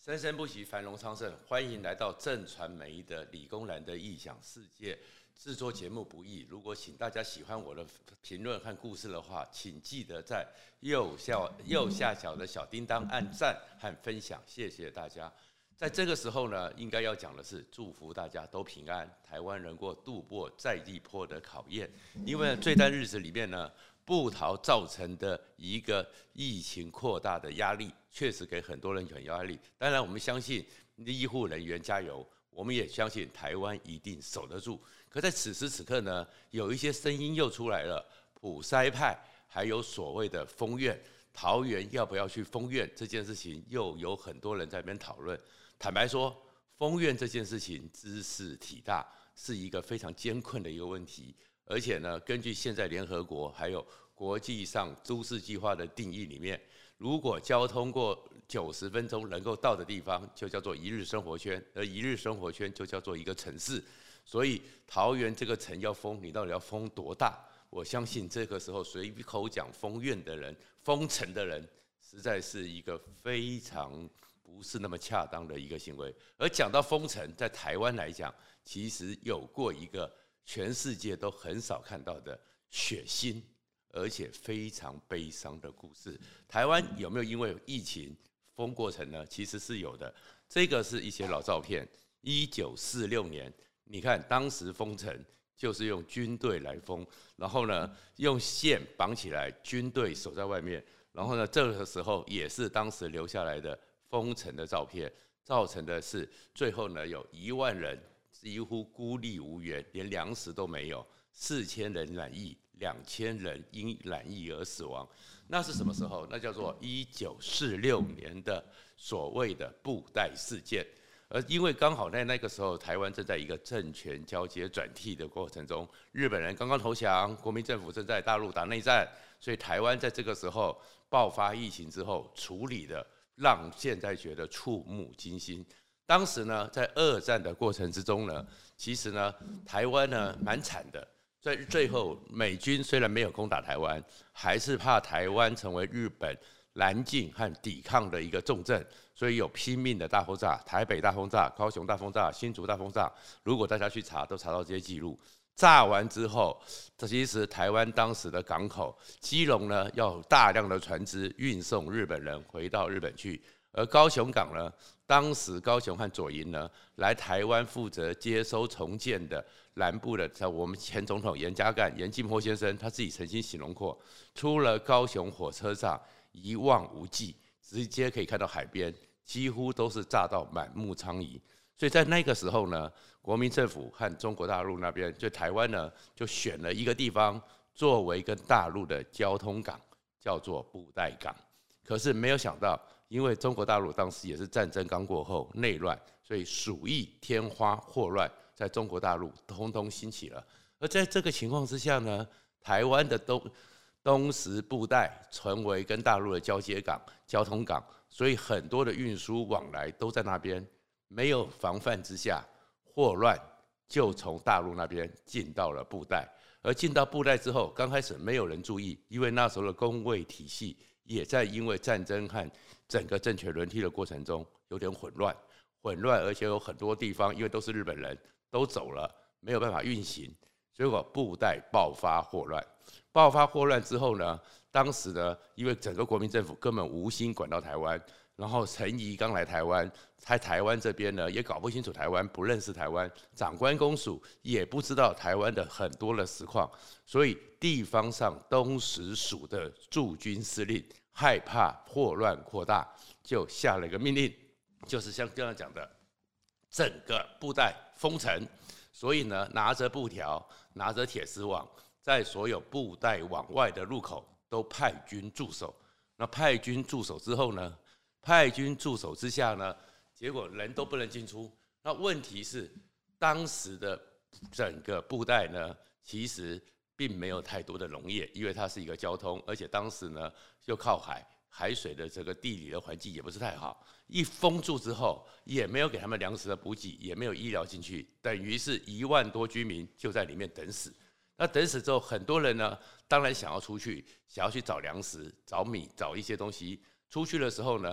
生生不息，繁荣昌盛。欢迎来到正传媒的理工男的异想世界。制作节目不易，如果请大家喜欢我的评论和故事的话，请记得在右下角的小叮当按赞和分享，谢谢大家。在这个时候呢，应该要讲的是祝福大家都平安，台湾能够度过在地坡的考验。因为这段日子里面呢，部桃造成的一个疫情扩大的压力，确实给很多人有压力。当然，我们相信医护人员加油，我们也相信台湾一定守得住。可在此时此刻呢，有一些声音又出来了，普筛派还有所谓的封院，桃园要不要去封院这件事情，又有很多人在那边讨论。坦白说，封院这件事情茲事体大，是一个非常艰困的一个问题。而且呢，根据现在联合国还有国际上都市计划的定义里面，如果交通过90分钟能够到的地方，就叫做一日生活圈，而一日生活圈就叫做一个城市。所以桃园这个城要封，你到底要封多大？我相信这个时候随口讲封院的人、封城的人，实在是一个非常不是那么恰当的一个行为。而讲到封城，在台湾来讲，其实有过一个全世界都很少看到的血腥而且非常悲伤的故事。台湾有没有因为疫情封过城呢？其实是有的。这个是一些老照片，1946年，你看当时封城就是用军队来封，然后呢用线绑起来，军队守在外面，然后呢这个时候也是当时留下来的封城的照片，造成的是最后呢有1万人几乎孤立无援，连粮食都没有，4000人染疫，2000人因染疫而死亡。那是什么时候？那叫做1946年的所谓的布袋事件。而因为刚好在那个时候，台湾正在一个政权交接转替的过程中，日本人刚刚投降，国民政府正在大陆打内战，所以台湾在这个时候爆发疫情之后，处理的让现在觉得触目惊心。当时呢，在2战的过程之中呢，其实呢，台湾呢蛮惨的。在最后，美军虽然没有攻打台湾，还是怕台湾成为日本南进和抵抗的一个重镇，所以有拼命的大轰炸，台北大轰炸、高雄大轰炸、新竹大轰炸。如果大家去查，都查到这些记录。炸完之后，其实台湾当时的港口基隆呢，要有大量的船只运送日本人回到日本去。而高雄港呢，当时高雄和左营呢来台湾负责接收重建的南部的，我们前总统严家淦、严进波先生他自己曾经形容过，出了高雄火车站一望无际，直接可以看到海边，几乎都是炸到满目疮痍。所以在那个时候呢，国民政府和中国大陆那边，就台湾呢就选了一个地方作为跟大陆的交通港，叫做布袋港。可是没有想到，因为中国大陆当时也是战争刚过后内乱，所以鼠疫、天花、霍乱在中国大陆通通兴起了。而在这个情况之下呢，台湾的东石布袋成为跟大陆的交接港、交通港，所以很多的运输往来都在那边。没有防范之下，霍乱就从大陆那边进到了布袋。而进到布袋之后，刚开始没有人注意，因为那时候的公卫体系也在因为战争和整个政权轮替的过程中有点混乱，而且有很多地方因为都是日本人都走了，没有办法运行，结果布袋爆发霍乱。爆发霍乱之后呢，当时呢，因为整个国民政府根本无心管到台湾，然后陈仪刚来台湾，在台湾这边呢也搞不清楚台湾，不认识台湾，长官公署也不知道台湾的很多的实况，所以地方上东石署的驻军司令害怕霍乱扩大，就下了一个命令，就是像刚刚讲的，整个布袋封城。所以呢，拿着布条，拿着铁丝网，在所有布袋往外的入口都派军驻守。那派军驻守之后呢，派军驻守之下呢，结果人都不能进出。那问题是，当时的整个布袋呢，其实并没有太多的农业，因为它是一个交通，而且当时呢又靠海，海水的这个地理的环境也不是太好。一封住之后，也没有给他们粮食的补给，也没有医疗进去，等于是1万多居民就在里面等死。那等死之后，很多人呢，当然想要出去，想要去找粮食、找米、找一些东西。出去的时候呢，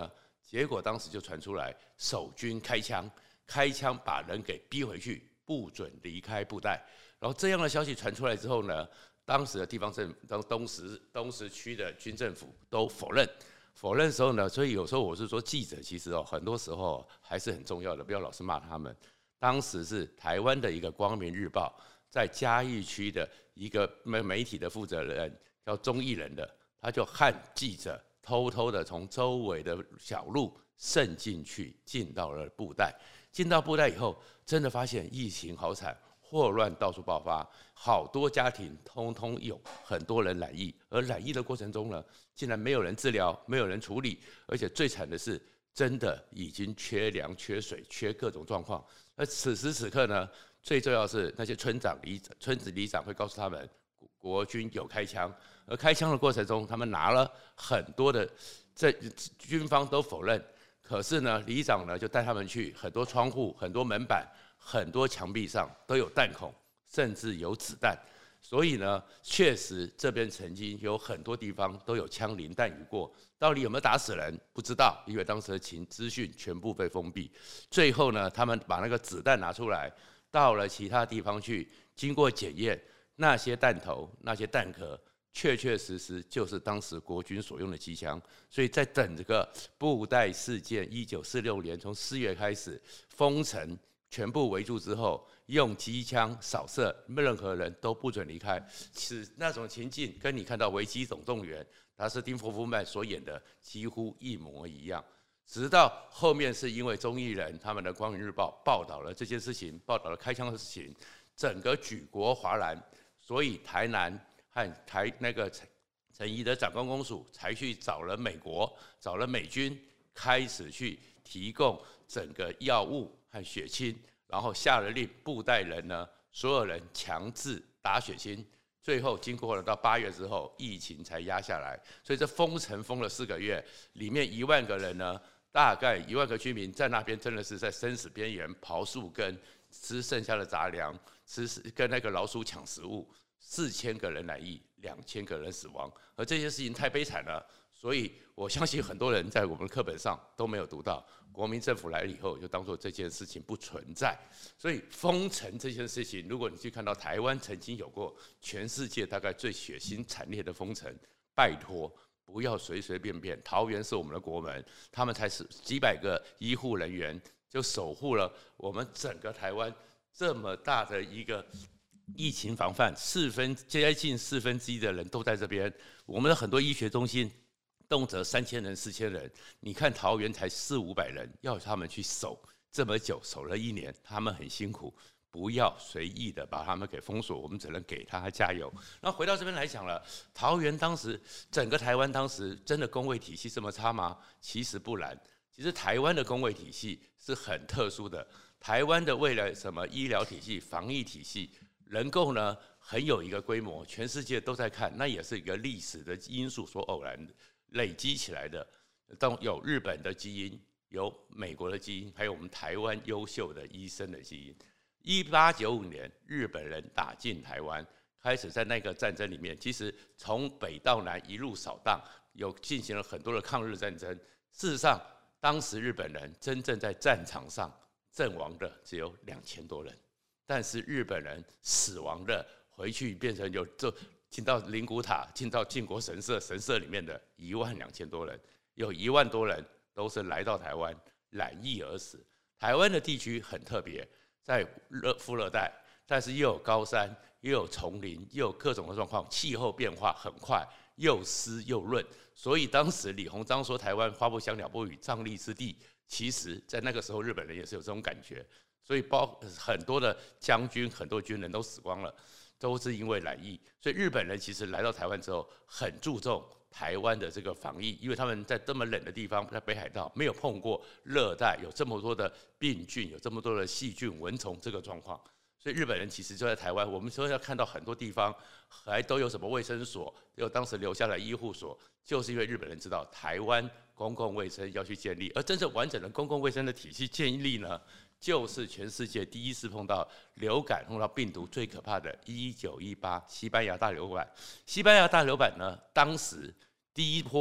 结果当时就传出来守军开枪，把人给逼回去，不准离开布袋。然后这样的消息传出来之后呢，当时的地方政府，东石区的军政府都否认的时候呢，所以有时候我是说，记者其实很多时候还是很重要的，不要老是骂他们。当时是台湾的一个《光明日报》在嘉义区的一个媒体的负责人叫钟义仁的，他就和记者偷偷的从周围的小路渗进去，进到了布袋。进到布袋以后，真的发现疫情好惨，霍乱到处爆发，好多家庭通通有很多人染疫，而染疫的过程中呢，竟然没有人治疗，没有人处理，而且最惨的是，真的已经缺粮、缺水、缺各种状况。而此时此刻呢，最重要的是那些村子里长会告诉他们，国军有开枪，而开枪的过程中，他们拿了很多的，军方都否认。可是呢，里长呢就带他们去很多窗户、很多门板、很多墙壁上都有弹孔，甚至有子弹。所以呢，确实这边曾经有很多地方都有枪林弹雨过。到底有没有打死人不知道，因为当时的资讯全部被封闭。最后呢，他们把那个子弹拿出来，到了其他地方去，经过检验，那些弹头、那些弹壳，确实就是当时国军所用的机枪。所以在整个布袋事件，1946年从4月开始封城，全部围住之后，用机枪扫射，任何人都不准离开。是那种情境，跟你看到《危机总动员》达斯汀·霍夫曼所演的几乎一模一样。直到后面是因为钟义仁他们的《光明日报》报道了这件事情，报道了开枪的事情，整个举国哗然。所以台南和那个陈仪的长官公署才去找了美国，找了美军，开始去提供整个药物和血清，然后下了令，布袋人呢，所有人强制打血清。最后经过了到8月之后，疫情才压下来。所以这封城封了4个月，里面1万个人呢，大概1万个居民在那边真的是在生死边缘刨树根，吃剩下的杂粮，跟那个老鼠抢食物。4000个人染疫，2000个人死亡，而这些事情太悲惨了。所以我相信很多人在我们的课本上都没有读到，国民政府来了以后就当作这件事情不存在。所以封城这件事情，如果你去看到台湾曾经有过全世界大概最血腥惨烈的封城，拜托不要随随便便。桃园是我们的国门，他们才是几百个医护人员就守护了我们整个台湾这么大的一个疫情防范，接近1/4的人都在这边。我们的很多医学中心动辄3000人、4000人，你看桃园才400-500人，要他们去守这么久，守了1年，他们很辛苦。不要随意的把他们给封锁，我们只能给他加油。那回到这边来讲了，桃园当时整个台湾当时真的公卫体系这么差吗？其实不然。其实台湾的公卫体系是很特殊的，台湾的为了什么医疗体系、防疫体系，能够呢很有一个规模，全世界都在看，那也是一个历史的因素所偶然累积起来的。有日本的基因，有美国的基因，还有我们台湾优秀的医生的基因。1895年，日本人打进台湾，开始在那个战争里面，其实从北到南一路扫荡，有进行了很多的抗日战争。事实上，当时日本人真正在战场上阵亡的只有2000多人，但是日本人死亡的回去变成就进到灵骨塔、进到靖国神社里面的12000多人，有1万多人都是来到台湾染疫而死。台湾的地区很特别，在副热带，但是又有高山，又有丛林，又有各种的状况，气候变化很快，又湿又润。所以当时李鸿章说台湾花不香鸟不语，瘴疠之地，其实在那个时候日本人也是有这种感觉。所以很多的将军、很多军人都死光了，都是因为染疫。所以日本人其实来到台湾之后，很注重台湾的这个防疫，因为他们在这么冷的地方，在北海道没有碰过热带有这么多的病菌，有这么多的细菌、蚊虫这个状况。所以日本人其实就在台湾，我们说要看到很多地方还都有什么卫生所，有当时留下来医护所，就是因为日本人知道台湾公共卫生要去建立，而真正完整的公共卫生的体系建立呢，就是全世界第一次碰到流感、碰到病毒最可怕的1918西班牙大流感。西班牙大流感呢，当时第一波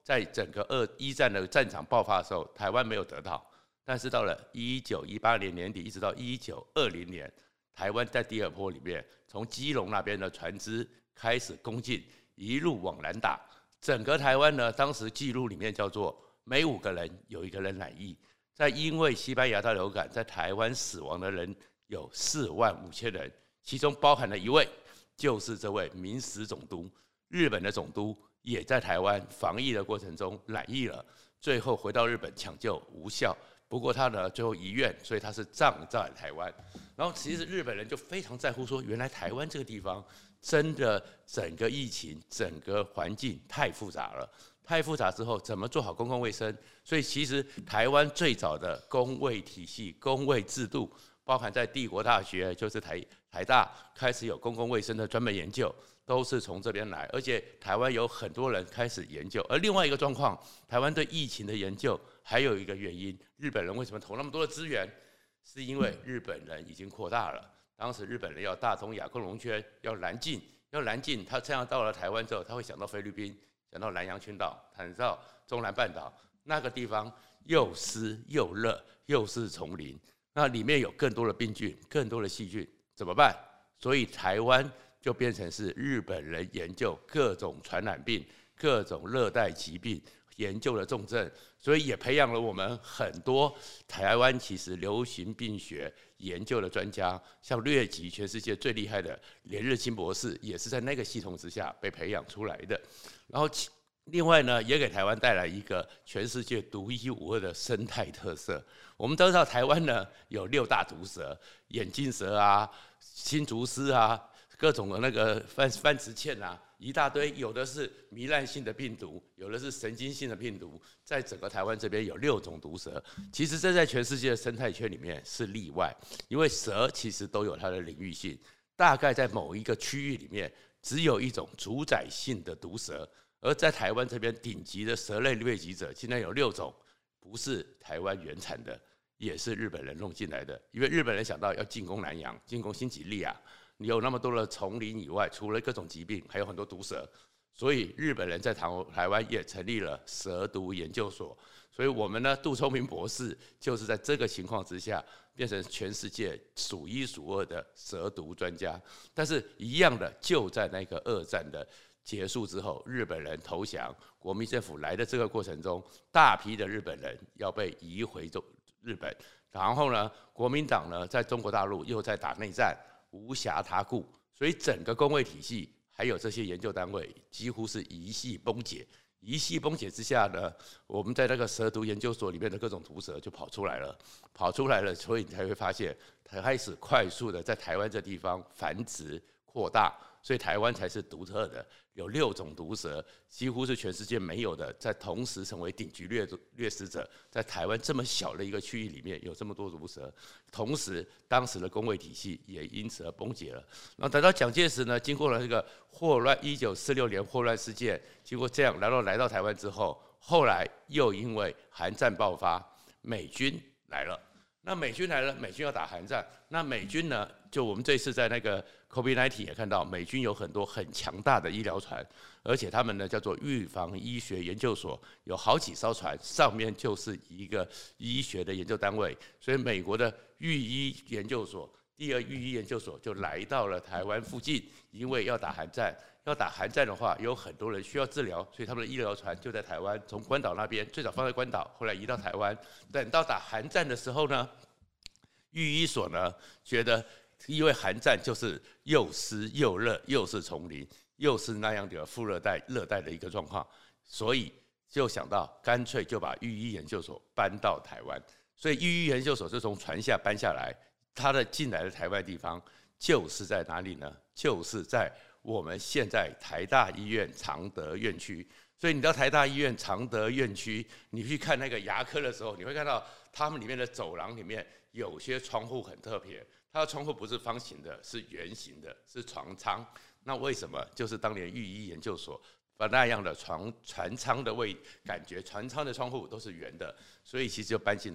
在整个一战的战场爆发的时候，台湾没有得到，但是到了1918年年底，一直到1920年，台湾在第二波里面，从基隆那边的船只开始攻进，一路往南打，整个台湾呢，当时记录里面叫做每5个人有1个人染疫，在因为西班牙大流感在台湾死亡的人有45000人，其中包含了1位，就是这位明史总督，日本的总督也在台湾防疫的过程中染疫了，最后回到日本抢救无效。不过他呢最后遗愿，所以他是葬在台湾。然后其实日本人就非常在乎说，原来台湾这个地方真的整个疫情、整个环境太复杂了。太复杂之后，怎么做好公共卫生？所以其实台湾最早的公卫体系、公卫制度，包含在帝国大学，就是台大开始有公共卫生的专门研究，都是从这边来。而且台湾有很多人开始研究。而另外一个状况，台湾对疫情的研究还有一个原因，日本人为什么投那么多的资源？是因为日本人已经扩大了。当时日本人要大东亚共荣圈，要南进，他这样到了台湾之后，他会想到菲律宾。想到南洋群岛，想到中南半岛，那个地方又湿又热，又是丛林，那里面有更多的病菌、更多的细菌，怎么办？所以台湾就变成是日本人研究各种传染病、各种热带疾病研究的重镇，所以也培养了我们很多台湾其实流行病学研究的专家，像略及全世界最厉害的连日清博士，也是在那个系统之下被培养出来的。然后另外呢，也给台湾带来一个全世界独一无二的生态特色。我们都知道台湾呢有6大毒蛇，眼镜蛇啊、新竹丝啊、各种的那个番石蚬啊，一大堆，有的是糜烂性的病毒，有的是神经性的病毒，在整个台湾这边有6种毒蛇。其实这在全世界的生态圈里面是例外，因为蛇其实都有它的领域性，大概在某一个区域里面，只有一种主宰性的毒蛇。而在台湾这边顶级的蛇类疟疾者，现在有6种，不是台湾原产的，也是日本人弄进来的。因为日本人想到要进攻南洋，进攻新几内亚，你有那么多的丛林以外，除了各种疾病，还有很多毒蛇，所以日本人在台湾也成立了蛇毒研究所。所以我们呢，杜聪明博士就是在这个情况之下，变成全世界数1数2的蛇毒专家。但是一样的，就在那个2战的结束之后，日本人投降，国民政府来的这个过程中，大批的日本人要被移回日本。然后呢，国民党呢在中国大陆又在打内战，无暇他顾，所以整个公卫体系还有这些研究单位几乎是一系崩解。一系崩解之下呢，我们在那个蛇毒研究所里面的各种毒蛇就跑出来了，所以你才会发现，开始快速的在台湾这地方繁殖扩大。所以台湾才是独特的，有6种毒蛇，几乎是全世界没有的，在同时成为顶级掠食者。在台湾这么小的一个区域里面，有这么多毒蛇，同时当时的公卫体系也因此而崩解了。然后等到蒋介石呢，经过了这个霍乱1946年霍乱事件，经过这样，然后来到台湾之后，后来又因为韩战爆发，美军来了。那美军来了，美军要打韩战。那美军呢？就我们这次在那个 COVID-19 也看到，美军有很多很强大的医疗船，而且他们呢叫做预防医学研究所，有好几艘船，上面就是一个医学的研究单位。所以美国的预医研究所，第2预医研究所就来到了台湾附近，因为要打韩战。要打韩战的话，有很多人需要治疗，所以他们的医疗船就在台湾，从关岛那边最早放在关岛，后来移到台湾。等到打韩战的时候呢，预医所呢觉得，因为韩战就是又湿又热，又是丛林，又是那样的副热带、热带的一个状况，所以就想到干脆就把预医研究所搬到台湾。所以预医研究所是从船下搬下来，它的进来的台湾地方就是在哪里呢？就是在我们现在台大医院常德院区。所以你到台大医院常德院区，你去看那个牙科的时候，你会看到他们里面的走廊里面有些窗户很特别，它的窗户不是方形的，是圆形的，是船舱。那为什么？就是当年预医研究所把那样的船舱的感觉，船舱的窗户都是圆的，所以其实就搬进来。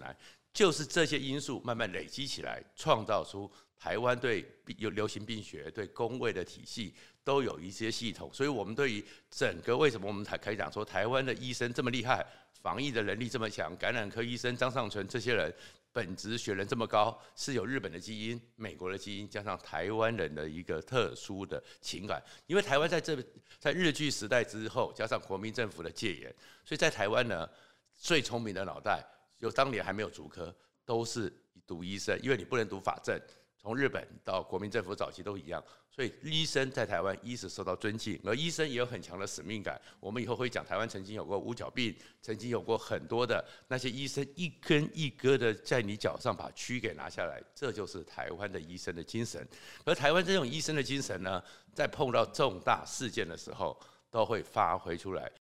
就是这些因素慢慢累积起来，创造出台湾对流行病学、对公卫的体系都有一些系统。所以，我们对于整个为什么我们可以讲说台湾的医生这么厉害，防疫的能力这么强，感染科医生张尚存这些人本质学人这么高，是有日本的基因、美国的基因，加上台湾人的一个特殊的情感。因为台湾在日据时代之后，加上国民政府的戒严，所以在台湾呢，最聪明的脑袋，就当年还没有竹科，都是读医生，因为你不能读法政。从日本到国民政府早期都一样，所以医生在台湾一直受到尊敬，而医生也有很强的使命感。我们以后会讲，台湾曾经有过五角病，曾经有过很多的那些医生一根一割的在你脚上把蛆给拿下来，这就是台湾的医生的精神。而台湾这种医生的精神呢，在碰到重大事件的时候，都会发挥出来。